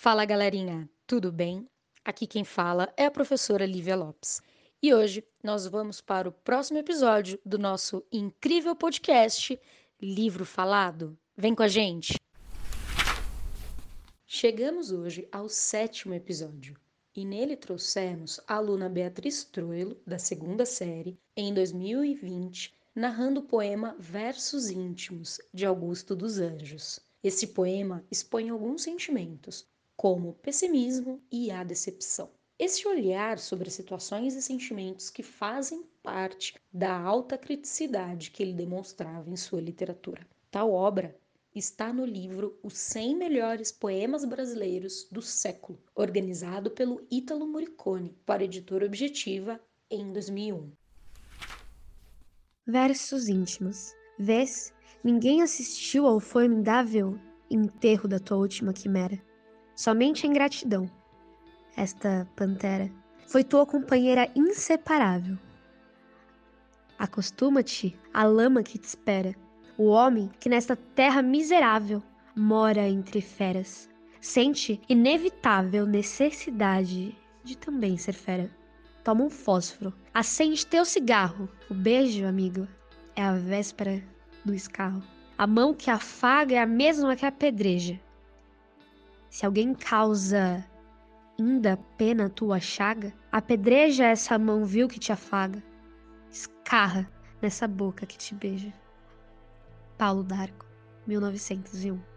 Fala galerinha, tudo bem? Aqui quem fala é a professora Lívia Lopes. E hoje nós vamos para o próximo episódio do nosso incrível podcast Livro Falado. Vem com a gente! Chegamos hoje ao sétimo episódio e nele trouxemos a aluna Beatriz Troilo, da segunda série, em 2020, narrando o poema Versos Íntimos, de Augusto dos Anjos. Esse poema expõe alguns sentimentos, como o pessimismo e a decepção. Esse olhar sobre situações e sentimentos que fazem parte da alta criticidade que ele demonstrava em sua literatura. Tal obra está no livro Os 100 Melhores Poemas Brasileiros do Século, organizado pelo Ítalo Morricone, para a editora Objetiva, em 2001. Versos íntimos. Vês, ninguém assistiu ao formidável enterro da tua última quimera. Somente a ingratidão. Esta pantera foi tua companheira inseparável. Acostuma-te à lama que te espera. O homem que nesta terra miserável mora entre feras sente inevitável necessidade de também ser fera. Toma um fósforo, acende teu cigarro. O beijo, amigo, é a véspera do escarro. A mão que afaga é a mesma que apedreja. Se alguém causa ainda pena a tua chaga, apedreja essa mão vil que te afaga. Escarra nessa boca que te beija. Paulo d'Arco, 1901.